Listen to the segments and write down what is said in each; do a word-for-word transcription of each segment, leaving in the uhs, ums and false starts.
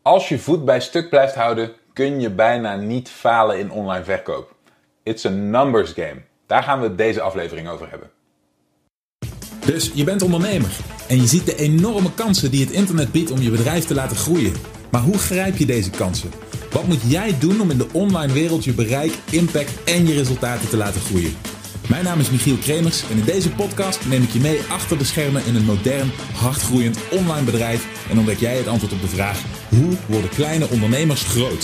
Als je voet bij stuk blijft houden, kun je bijna niet falen in online verkoop. It's a numbers game. Daar gaan we het deze aflevering over hebben. Dus je bent ondernemer en je ziet de enorme kansen die het internet biedt om je bedrijf te laten groeien. Maar hoe grijp je deze kansen? Wat moet jij doen om in de online wereld je bereik, impact en je resultaten te laten groeien? Mijn naam is Michiel Kremers en in deze podcast neem ik je mee achter de schermen in een modern, hardgroeiend online bedrijf en ontdek jij het antwoord op de vraag: hoe worden kleine ondernemers groot?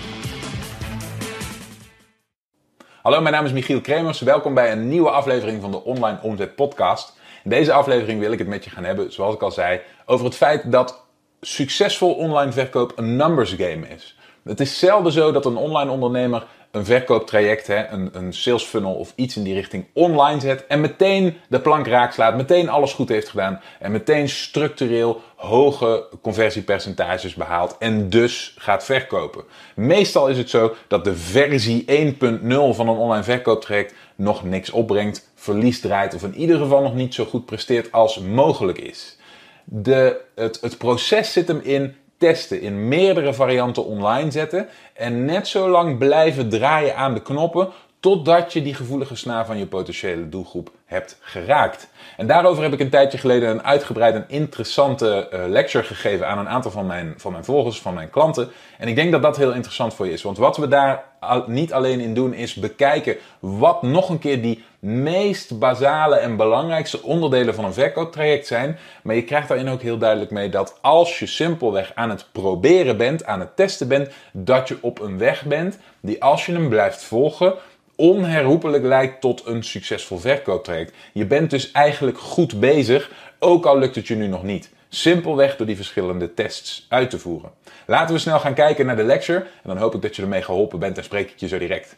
Hallo, mijn naam is Michiel Kremers. Welkom bij een nieuwe aflevering van de Online Omzet Podcast. In deze aflevering wil ik het met je gaan hebben, zoals ik al zei, over het feit dat succesvol online verkoop een numbers game is. Het is zelden zo dat een online ondernemer een verkooptraject, hè, een, een sales funnel of iets in die richting online zet en meteen de plank raak slaat, meteen alles goed heeft gedaan en meteen structureel hoge conversiepercentages behaalt en dus gaat verkopen. Meestal is het zo dat de versie één punt nul van een online verkooptraject nog niks opbrengt, verlies draait of in ieder geval nog niet zo goed presteert als mogelijk is. De, het, het proces zit hem in testen, in meerdere varianten online zetten en net zo lang blijven draaien aan de knoppen totdat je die gevoelige snaar van je potentiële doelgroep hebt geraakt. En daarover heb ik een tijdje geleden een uitgebreid en interessante uh, lecture gegeven aan een aantal van mijn, van mijn volgers, van mijn klanten. En ik denk dat dat heel interessant voor je is. Want wat we daar al, niet alleen in doen is bekijken wat nog een keer die meest basale en belangrijkste onderdelen van een verkooptraject zijn. Maar je krijgt daarin ook heel duidelijk mee dat als je simpelweg aan het proberen bent, aan het testen bent, dat je op een weg bent die als je hem blijft volgen onherroepelijk leidt tot een succesvol verkooptraject. Je bent dus eigenlijk goed bezig, ook al lukt het je nu nog niet. Simpelweg door die verschillende tests uit te voeren. Laten we snel gaan kijken naar de lecture en dan hoop ik dat je ermee geholpen bent en spreek ik je zo direct.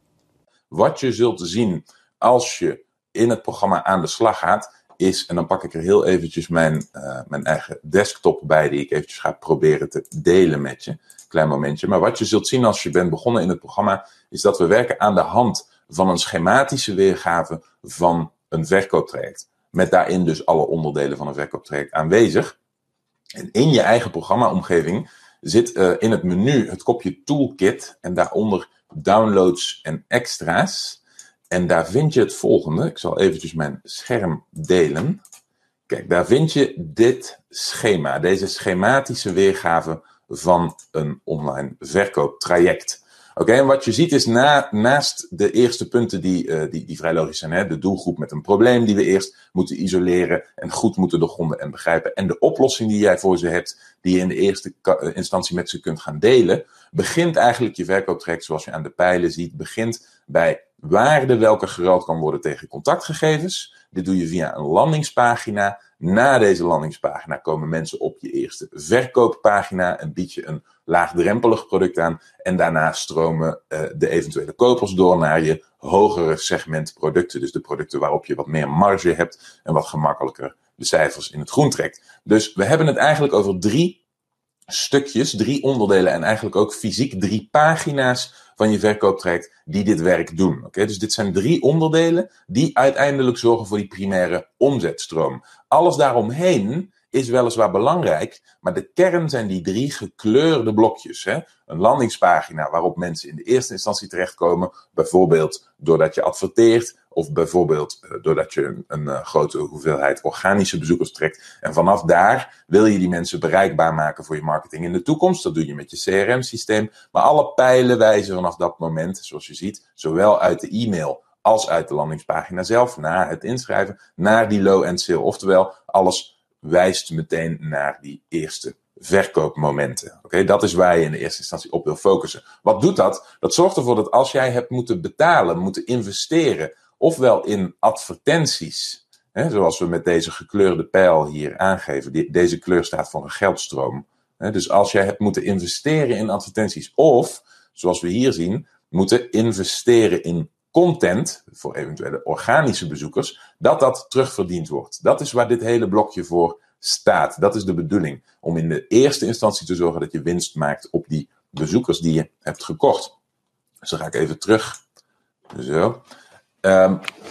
Wat je zult zien als je in het programma aan de slag gaat is, en dan pak ik er heel eventjes mijn, uh, mijn eigen desktop bij die ik eventjes ga proberen te delen met je. Klein momentje. Maar wat je zult zien als je bent begonnen in het programma is dat we werken aan de hand van een schematische weergave van een verkooptraject. Met daarin dus alle onderdelen van een verkooptraject aanwezig. En in je eigen programmaomgeving zit uh, in het menu het kopje Toolkit en daaronder Downloads en Extra's. En daar vind je het volgende. Ik zal eventjes mijn scherm delen. Kijk, daar vind je dit schema. Deze schematische weergave van een online verkooptraject. Oké, okay, en wat je ziet is na, naast de eerste punten die, uh, die, die vrij logisch zijn. Hè, de doelgroep met een probleem die we eerst moeten isoleren en goed moeten doorgronden en begrijpen. En de oplossing die jij voor ze hebt, die je in de eerste instantie met ze kunt gaan delen. Begint eigenlijk je verkooptraject zoals je aan de pijlen ziet. Begint bij waarde welke geruild kan worden tegen contactgegevens. Dit doe je via een landingspagina. Na deze landingspagina komen mensen op je eerste verkooppagina en bied je een laagdrempelig product aan. En daarna stromen uh, de eventuele kopers door naar je hogere segment producten. Dus de producten waarop je wat meer marge hebt en wat gemakkelijker de cijfers in het groen trekt. Dus we hebben het eigenlijk over drie stukjes, drie onderdelen en eigenlijk ook fysiek drie pagina's van je verkooptraject die dit werk doen. Oké, okay? Dus dit zijn drie onderdelen die uiteindelijk zorgen voor die primaire omzetstroom. Alles daaromheen is weliswaar belangrijk, maar de kern zijn die drie gekleurde blokjes. Hè? Een landingspagina waarop mensen in de eerste instantie terechtkomen, bijvoorbeeld doordat je adverteert, of bijvoorbeeld uh, doordat je een, een uh, grote hoeveelheid organische bezoekers trekt. En vanaf daar wil je die mensen bereikbaar maken voor je marketing in de toekomst. Dat doe je met je C R M-systeem. Maar alle pijlen wijzen vanaf dat moment, zoals je ziet, zowel uit de e-mail als uit de landingspagina zelf, na het inschrijven, naar die low-end sale. Oftewel, alles wijst meteen naar die eerste verkoopmomenten. Oké, okay? Dat is waar je in de eerste instantie op wil focussen. Wat doet dat? Dat zorgt ervoor dat als jij hebt moeten betalen, moeten investeren, ofwel in advertenties, hè, zoals we met deze gekleurde pijl hier aangeven. Die, deze kleur staat voor een geldstroom. Hè, dus als jij hebt moeten investeren in advertenties, of, zoals we hier zien, moeten investeren in content, voor eventuele organische bezoekers, dat dat terugverdiend wordt. Dat is waar dit hele blokje voor staat. Dat is de bedoeling. Om in de eerste instantie te zorgen dat je winst maakt op die bezoekers die je hebt gekocht. Dus dan ga ik even terug. Zo. Um,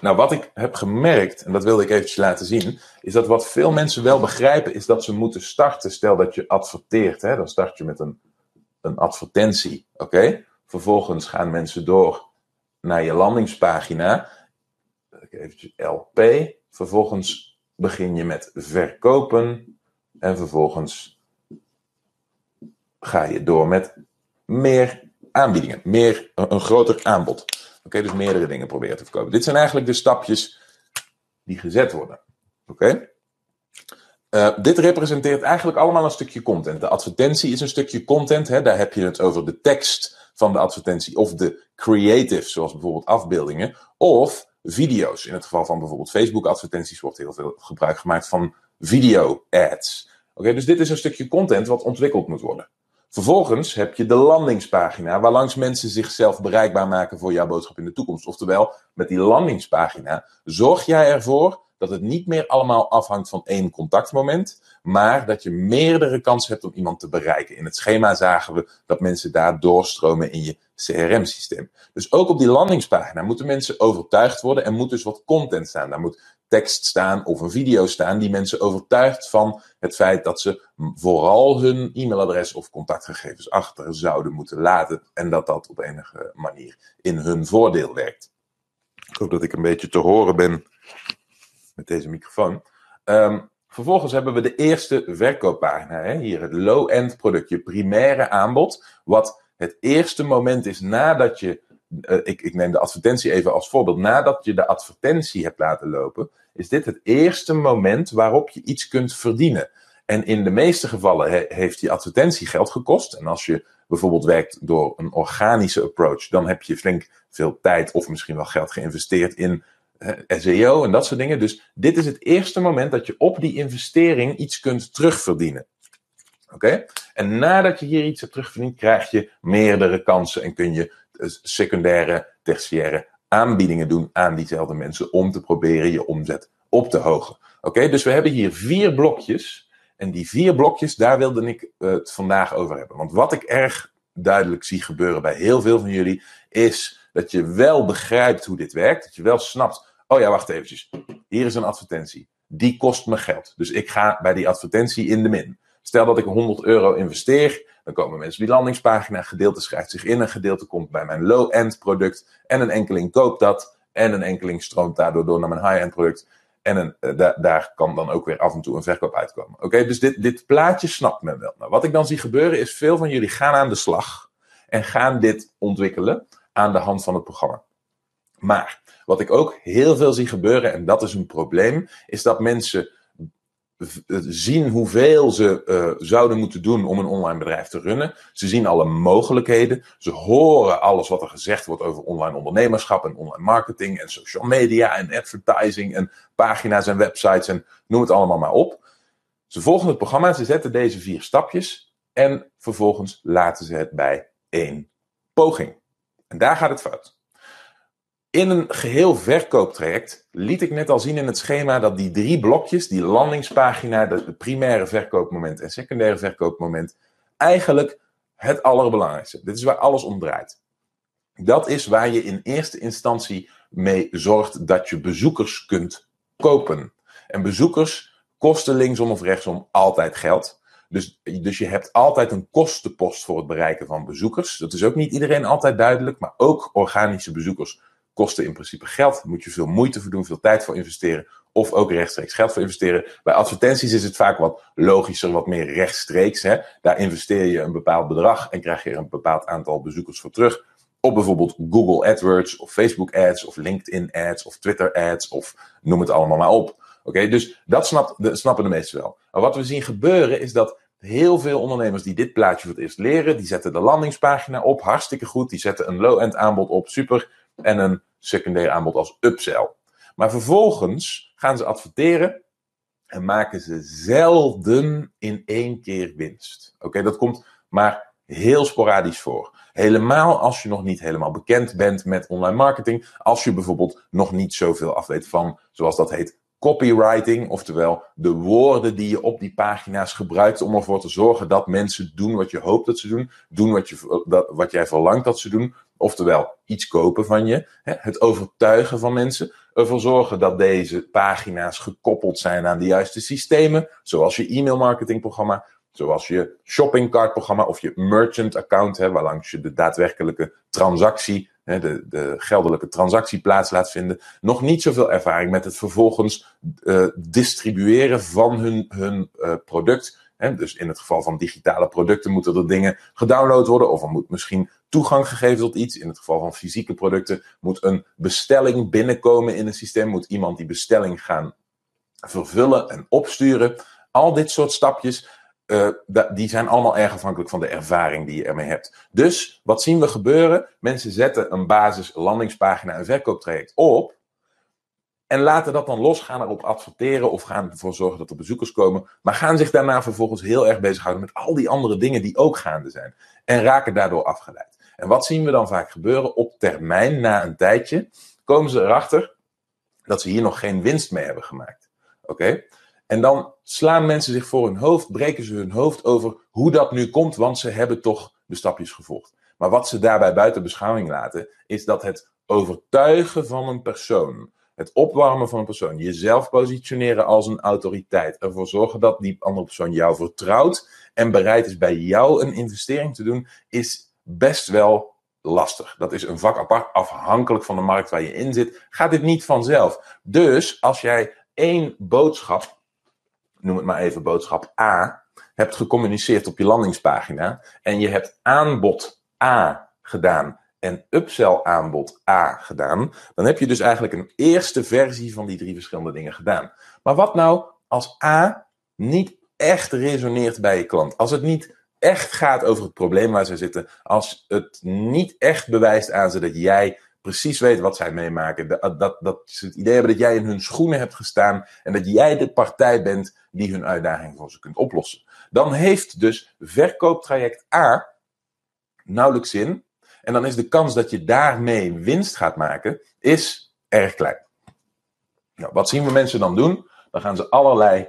Nou, wat ik heb gemerkt, en dat wilde ik eventjes laten zien, is dat wat veel mensen wel begrijpen, is dat ze moeten starten. Stel dat je adverteert, hè, dan start je met een, een advertentie, oké? Okay? Vervolgens gaan mensen door naar je landingspagina, eventjes L P, vervolgens begin je met verkopen en vervolgens ga je door met meer aanbiedingen, meer, een, een groter aanbod. Oké, okay, dus meerdere dingen proberen te verkopen. Dit zijn eigenlijk de stapjes die gezet worden. Oké? Okay? Uh, dit representeert eigenlijk allemaal een stukje content. De advertentie is een stukje content. Hè? Daar heb je het over de tekst van de advertentie of de creative, zoals bijvoorbeeld afbeeldingen, of video's. In het geval van bijvoorbeeld Facebook advertenties wordt heel veel gebruik gemaakt van video ads. Oké, okay, dus dit is een stukje content wat ontwikkeld moet worden. Vervolgens heb je de landingspagina, waarlangs mensen zichzelf bereikbaar maken voor jouw boodschap in de toekomst. Oftewel, met die landingspagina zorg jij ervoor dat het niet meer allemaal afhangt van één contactmoment, maar dat je meerdere kansen hebt om iemand te bereiken. In het schema zagen we dat mensen daar doorstromen in je C R M-systeem. Dus ook op die landingspagina moeten mensen overtuigd worden en moet dus wat content staan. Daar moet tekst staan of een video staan die mensen overtuigt van het feit dat ze vooral hun e-mailadres of contactgegevens achter zouden moeten laten en dat dat op enige manier in hun voordeel werkt. Ik hoop dat ik een beetje te horen ben met deze microfoon. Um, vervolgens hebben we de eerste verkooppagina. Hè? Hier het low-end product, je primaire aanbod. Wat het eerste moment is nadat je, uh, ik, ik neem de advertentie even als voorbeeld, nadat je de advertentie hebt laten lopen, is dit het eerste moment waarop je iets kunt verdienen. En in de meeste gevallen he, heeft die advertentie geld gekost. En als je bijvoorbeeld werkt door een organische approach, dan heb je flink veel tijd of misschien wel geld geïnvesteerd in S E O en dat soort dingen. Dus dit is het eerste moment dat je op die investering iets kunt terugverdienen. Oké? Okay? En nadat je hier iets hebt terugverdiend, krijg je meerdere kansen en kun je secundaire, tertiaire aanbiedingen doen aan diezelfde mensen om te proberen je omzet op te hogen. Oké? Okay? Dus we hebben hier vier blokjes. En die vier blokjes, daar wilde ik het vandaag over hebben. Want wat ik erg duidelijk zie gebeuren bij heel veel van jullie, is dat je wel begrijpt hoe dit werkt. Dat je wel snapt, oh ja, wacht eventjes. Hier is een advertentie. Die kost me geld. Dus ik ga bij die advertentie in de min. Stel dat ik honderd euro investeer, dan komen mensen op die landingspagina. Een gedeelte schrijft zich in, een gedeelte komt bij mijn low-end product. En een enkeling koopt dat. En een enkeling stroomt daardoor door naar mijn high-end product. En een, uh, da- daar kan dan ook weer af en toe een verkoop uitkomen. Oké, okay? Dus dit, dit plaatje snapt men wel. Nou, wat ik dan zie gebeuren is, veel van jullie gaan aan de slag. En gaan dit ontwikkelen aan de hand van het programma. Maar wat ik ook heel veel zie gebeuren, en dat is een probleem, is dat mensen zien hoeveel ze uh, zouden moeten doen om een online bedrijf te runnen. Ze zien alle mogelijkheden. Ze horen alles wat er gezegd wordt over online ondernemerschap en online marketing en social media en advertising en pagina's en websites en noem het allemaal maar op. Ze volgen het programma, ze zetten deze vier stapjes en vervolgens laten ze het bij één poging. En daar gaat het fout. In een geheel verkooptraject liet ik net al zien in het schema dat die drie blokjes, die landingspagina, het primaire verkoopmoment en secundaire verkoopmoment, eigenlijk het allerbelangrijkste. Dit is waar alles om draait. Dat is waar je in eerste instantie mee zorgt dat je bezoekers kunt kopen. En bezoekers kosten linksom of rechtsom altijd geld. Dus, dus je hebt altijd een kostenpost voor het bereiken van bezoekers. Dat is ook niet iedereen altijd duidelijk, maar ook organische bezoekers kosten in principe geld. Daar moet je veel moeite voor doen, veel tijd voor investeren. Of ook rechtstreeks geld voor investeren. Bij advertenties is het vaak wat logischer, wat meer rechtstreeks. Hè? Daar investeer je een bepaald bedrag en krijg je er een bepaald aantal bezoekers voor terug. Op bijvoorbeeld Google AdWords of Facebook Ads of LinkedIn Ads of Twitter Ads of noem het allemaal maar op. Oké, okay? Dus dat snapt, de, snappen de meesten wel. Maar wat we zien gebeuren is dat heel veel ondernemers die dit plaatje voor het eerst leren, die zetten de landingspagina op, hartstikke goed. Die zetten een low-end aanbod op, super. En een secundair aanbod als upsell. Maar vervolgens gaan ze adverteren en maken ze zelden in één keer winst. Oké, okay, dat komt maar heel sporadisch voor. Helemaal als je nog niet helemaal bekend bent met online marketing. Als je bijvoorbeeld nog niet zoveel af weet van, zoals dat heet, copywriting, oftewel de woorden die je op die pagina's gebruikt om ervoor te zorgen dat mensen doen wat je hoopt dat ze doen, doen wat, je, dat, wat jij verlangt dat ze doen, oftewel iets kopen van je, hè, het overtuigen van mensen, ervoor zorgen dat deze pagina's gekoppeld zijn aan de juiste systemen, zoals je e-mailmarketingprogramma, zoals je shoppingcartprogramma of je merchant account, hè, waarlangs je de daadwerkelijke transactie, hè, de, de geldelijke transactie plaats laat vinden. Nog niet zoveel ervaring met het vervolgens uh, distribueren van hun, hun uh, product. Hè. Dus in het geval van digitale producten moeten er dingen gedownload worden of er moet misschien toegang gegeven tot iets. In het geval van fysieke producten moet een bestelling binnenkomen in een systeem. Moet iemand die bestelling gaan vervullen en opsturen. Al dit soort stapjes, Uh, die zijn allemaal erg afhankelijk van de ervaring die je ermee hebt. Dus, wat zien we gebeuren? Mensen zetten een basis landingspagina en verkooptraject op en laten dat dan los, gaan erop adverteren of gaan ervoor zorgen dat er bezoekers komen, maar gaan zich daarna vervolgens heel erg bezighouden met al die andere dingen die ook gaande zijn en raken daardoor afgeleid. En wat zien we dan vaak gebeuren? Op termijn, na een tijdje, komen ze erachter dat ze hier nog geen winst mee hebben gemaakt. Oké? Okay? En dan slaan mensen zich voor hun hoofd, breken ze hun hoofd over hoe dat nu komt, want ze hebben toch de stapjes gevolgd. Maar wat ze daarbij buiten beschouwing laten, is dat het overtuigen van een persoon, het opwarmen van een persoon, jezelf positioneren als een autoriteit, ervoor zorgen dat die andere persoon jou vertrouwt en bereid is bij jou een investering te doen, is best wel lastig. Dat is een vak apart, afhankelijk van de markt waar je in zit, gaat dit niet vanzelf. Dus als jij één boodschap, noem het maar even boodschap A, hebt gecommuniceerd op je landingspagina en je hebt aanbod A gedaan en upsell aanbod A gedaan, dan heb je dus eigenlijk een eerste versie van die drie verschillende dingen gedaan. Maar wat nou als A niet echt resoneert bij je klant? Als het niet echt gaat over het probleem waar ze zitten, als het niet echt bewijst aan ze dat jij precies weet wat zij meemaken, dat, dat, dat ze het idee hebben dat jij in hun schoenen hebt gestaan en dat jij de partij bent die hun uitdaging voor ze kunt oplossen. Dan heeft dus verkooptraject A nauwelijks zin en dan is de kans dat je daarmee winst gaat maken, is erg klein. Nou, wat zien we mensen dan doen? Dan gaan ze allerlei,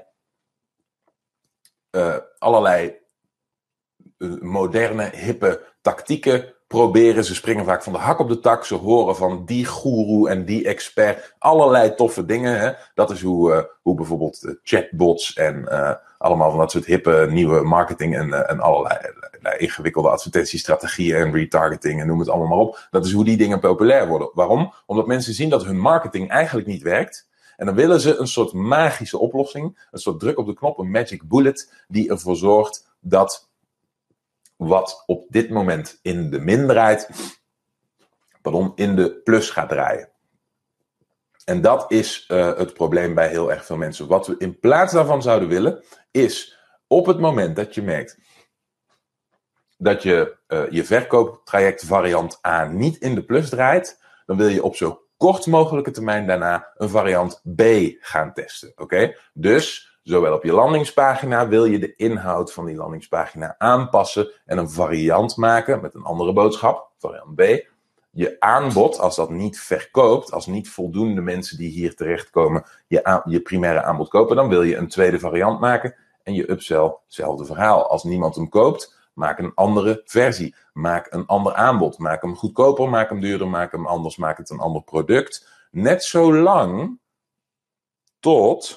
uh, allerlei uh, moderne, hippe tactieken proberen. Ze springen vaak van de hak op de tak. Ze horen van die goeroe en die expert. Allerlei toffe dingen. Hè? Dat is hoe, uh, hoe bijvoorbeeld uh, chatbots en uh, allemaal van dat soort hippe nieuwe marketing en, uh, en allerlei uh, ingewikkelde advertentiestrategieën en retargeting en noem het allemaal maar op. Dat is hoe die dingen populair worden. Waarom? Omdat mensen zien dat hun marketing eigenlijk niet werkt. En dan willen ze een soort magische oplossing. Een soort druk op de knop, een magic bullet, die ervoor zorgt dat wat op dit moment in de min draait, pardon, in de plus gaat draaien. En dat is uh, het probleem bij heel erg veel mensen. Wat we in plaats daarvan zouden willen, is op het moment dat je merkt dat je uh, je verkooptraject variant A niet in de plus draait, dan wil je op zo kort mogelijke termijn daarna een variant B gaan testen. Oké? Okay? Dus zowel op je landingspagina wil je de inhoud van die landingspagina aanpassen en een variant maken met een andere boodschap, variant B. Je aanbod, als dat niet verkoopt, als niet voldoende mensen die hier terechtkomen je, aan, je primaire aanbod kopen, dan wil je een tweede variant maken en je upsell, hetzelfde verhaal. Als niemand hem koopt, maak een andere versie. Maak een ander aanbod. Maak hem goedkoper, maak hem duurder, maak hem anders, maak het een ander product. Net zo lang tot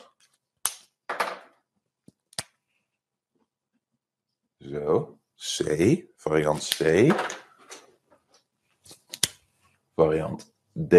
Zo, C, variant C, variant D,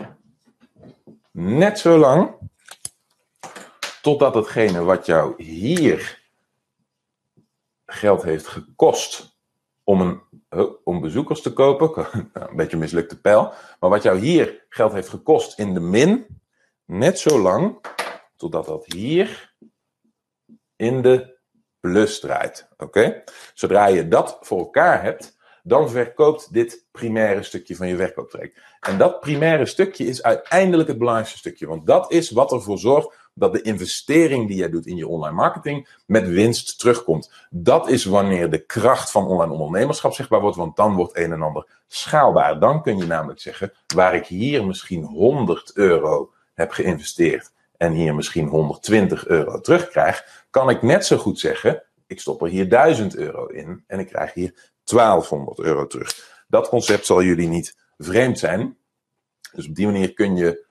net zo lang totdat hetgene wat jou hier geld heeft gekost om, een, om bezoekers te kopen, een beetje een mislukte pijl, maar wat jou hier geld heeft gekost in de min, net zo lang totdat dat hier in de plus draait. Oké? Okay? Zodra je dat voor elkaar hebt, dan verkoopt dit primaire stukje van je verkooptraject. En dat primaire stukje is uiteindelijk het belangrijkste stukje. Want dat is wat ervoor zorgt dat de investering die jij doet in je online marketing met winst terugkomt. Dat is wanneer de kracht van online ondernemerschap zichtbaar wordt, want dan wordt een en ander schaalbaar. Dan kun je namelijk zeggen, waar ik hier misschien honderd euro heb geïnvesteerd en hier misschien honderdtwintig euro terugkrijg, kan ik net zo goed zeggen, ik stop er hier duizend euro in en ik krijg hier twaalfhonderd euro terug. Dat concept zal jullie niet vreemd zijn. Dus op die manier kun je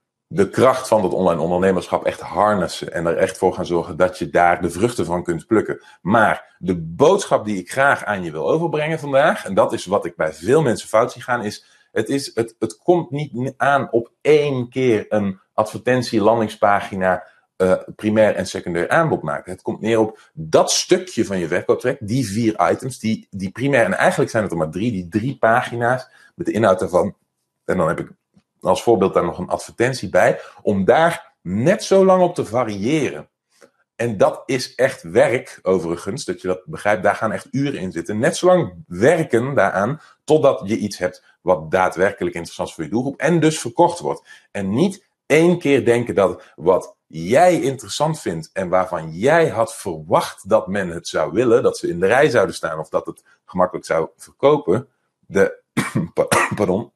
de kracht van het online ondernemerschap echt harnessen en er echt voor gaan zorgen dat je daar de vruchten van kunt plukken. Maar de boodschap die ik graag aan je wil overbrengen vandaag, en dat is wat ik bij veel mensen fout zie gaan, is het, is, het, het komt niet aan op één keer een advertentie, landingspagina, uh, primair en secundair aanbod maken. Het komt neer op dat stukje van je verkooptraject, die vier items, die, die primair, en eigenlijk zijn het er maar drie, die drie pagina's met de inhoud daarvan. En dan heb ik als voorbeeld daar nog een advertentie bij, om daar net zo lang op te variëren. En dat is echt werk, overigens, dat je dat begrijpt, daar gaan echt uren in zitten. Net zo lang werken daaraan, totdat je iets hebt wat daadwerkelijk interessant is voor je doelgroep en dus verkocht wordt. En niet één keer denken dat wat jij interessant vindt en waarvan jij had verwacht dat men het zou willen, dat ze in de rij zouden staan of dat het gemakkelijk zou verkopen, de, pardon,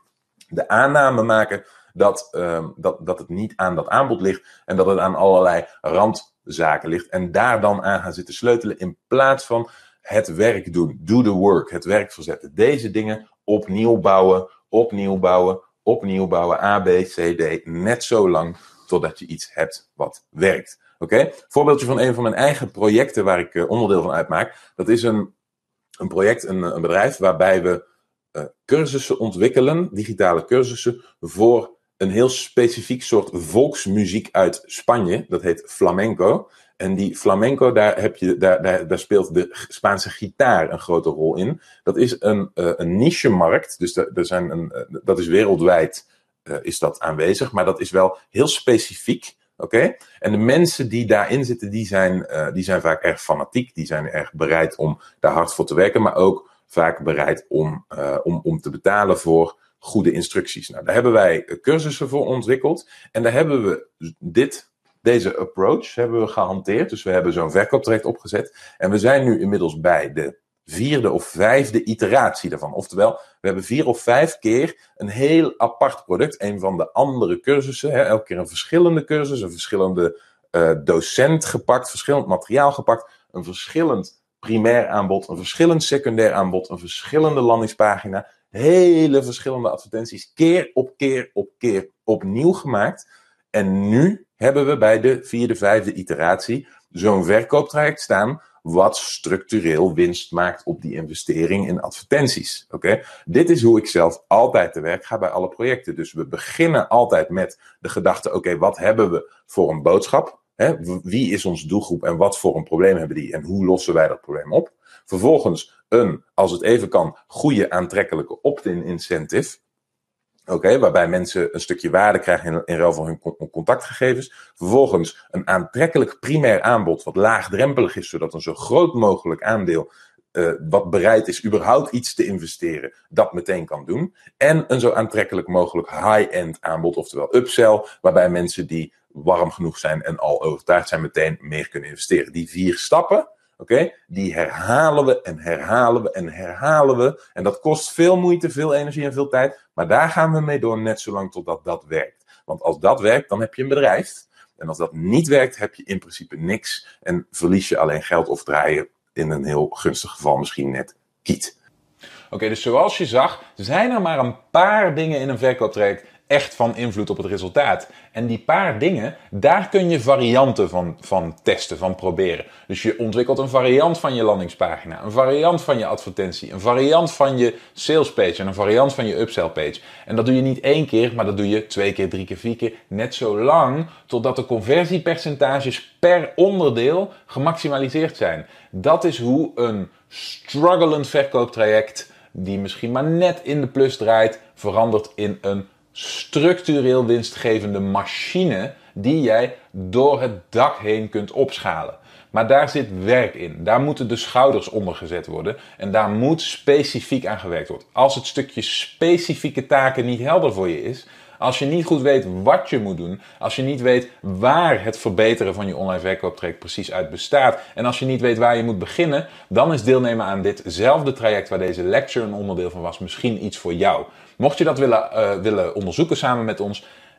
de aanname maken dat, uh, dat, dat het niet aan dat aanbod ligt en dat het aan allerlei randzaken ligt en daar dan aan gaan zitten sleutelen in plaats van het werk doen, do the work, het werk verzetten. Deze dingen opnieuw bouwen, opnieuw bouwen, opnieuw bouwen, A, B, C, D, net zo lang totdat je iets hebt wat werkt. Oké? Okay? Voorbeeldje van een van mijn eigen projecten waar ik uh, onderdeel van uitmaak, dat is een, een project, een, een bedrijf waarbij we uh, cursussen ontwikkelen, digitale cursussen, voor een heel specifiek soort volksmuziek uit Spanje. Dat heet flamenco. En die flamenco, daar, heb je, daar, daar, daar speelt de Spaanse gitaar een grote rol in. Dat is een, uh, een niche-markt. Dus er, er zijn een, uh, dat is wereldwijd uh, is dat aanwezig. Maar dat is wel heel specifiek. Oké? Okay? En de mensen die daarin zitten, die zijn, uh, die zijn vaak erg fanatiek. Die zijn erg bereid om daar hard voor te werken. Maar ook vaak bereid om, uh, om, om te betalen voor goede instructies. Nou, daar hebben wij cursussen voor ontwikkeld. En daar hebben we dit, deze approach hebben we gehanteerd. Dus we hebben zo'n verkooptraject opgezet. En we zijn nu inmiddels bij de vierde of vijfde iteratie daarvan. Oftewel, we hebben vier of vijf keer een heel apart product. Een van de andere cursussen. Hè, elke keer een verschillende cursus. Een verschillende uh, docent gepakt. Verschillend materiaal gepakt. Een verschillend primair aanbod. Een verschillend secundair aanbod. Een verschillende landingspagina. Hele verschillende advertenties, keer op keer op keer opnieuw gemaakt. En nu hebben we bij de vierde, vijfde iteratie zo'n verkooptraject staan wat structureel winst maakt op die investering in advertenties. Okay? Dit is hoe ik zelf altijd te werk ga bij alle projecten. Dus we beginnen altijd met de gedachte, oké, okay, wat hebben we voor een boodschap? Hè? Wie is onze doelgroep en wat voor een probleem hebben die en hoe lossen wij dat probleem op? Vervolgens een, als het even kan, goede aantrekkelijke opt-in incentive. Oké, okay, waarbij mensen een stukje waarde krijgen in, in ruil van hun contactgegevens. Vervolgens een aantrekkelijk primair aanbod wat laagdrempelig is, zodat een zo groot mogelijk aandeel uh, wat bereid is überhaupt iets te investeren, dat meteen kan doen. En een zo aantrekkelijk mogelijk high-end aanbod, oftewel upsell, waarbij mensen die warm genoeg zijn en al overtuigd zijn meteen meer kunnen investeren. Die vier stappen, oké, okay, die herhalen we en herhalen we en herhalen we. En dat kost veel moeite, veel energie en veel tijd. Maar daar gaan we mee door net zolang totdat dat werkt. Want als dat werkt, dan heb je een bedrijf. En als dat niet werkt, heb je in principe niks. En verlies je alleen geld of draai je in een heel gunstig geval misschien net kiet. Oké, okay, dus zoals je zag, zijn er maar een paar dingen in een verkooptraject echt van invloed op het resultaat. En die paar dingen, daar kun je varianten van, van testen, van proberen. Dus je ontwikkelt een variant van je landingspagina, een variant van je advertentie, een variant van je salespage en een variant van je upsell page. En dat doe je niet één keer, maar dat doe je twee keer, drie keer, vier keer, net zo lang totdat de conversiepercentages per onderdeel gemaximaliseerd zijn. Dat is hoe een strugglend verkooptraject, die misschien maar net in de plus draait, verandert in een structureel winstgevende machine die jij door het dak heen kunt opschalen. Maar daar zit werk in. Daar moeten de schouders onder gezet worden. En daar moet specifiek aan gewerkt worden. Als het stukje specifieke taken niet helder voor je is, als je niet goed weet wat je moet doen, als je niet weet waar het verbeteren van je online verkooptraject precies uit bestaat, en als je niet weet waar je moet beginnen, dan is deelnemen aan ditzelfde traject waar deze lecture een onderdeel van was misschien iets voor jou. Mocht je dat willen, uh, willen onderzoeken samen met ons,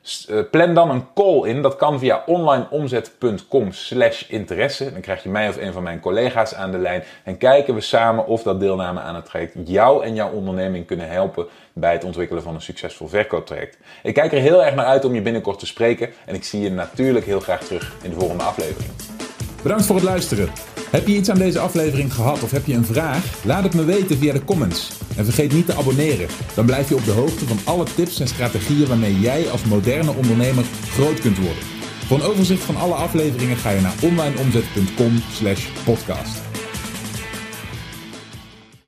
Uh, plan dan een call in. Dat kan via onlineomzet.com slash interesse. Dan krijg je mij of een van mijn collega's aan de lijn. En kijken we samen of dat deelname aan het traject jou en jouw onderneming kunnen helpen bij het ontwikkelen van een succesvol verkooptraject. Ik kijk er heel erg naar uit om je binnenkort te spreken. En ik zie je natuurlijk heel graag terug in de volgende aflevering. Bedankt voor het luisteren. Heb je iets aan deze aflevering gehad of heb je een vraag? Laat het me weten via de comments. En vergeet niet te abonneren. Dan blijf je op de hoogte van alle tips en strategieën waarmee jij als moderne ondernemer groot kunt worden. Voor een overzicht van alle afleveringen ga je naar onlineomzet.com slash podcast.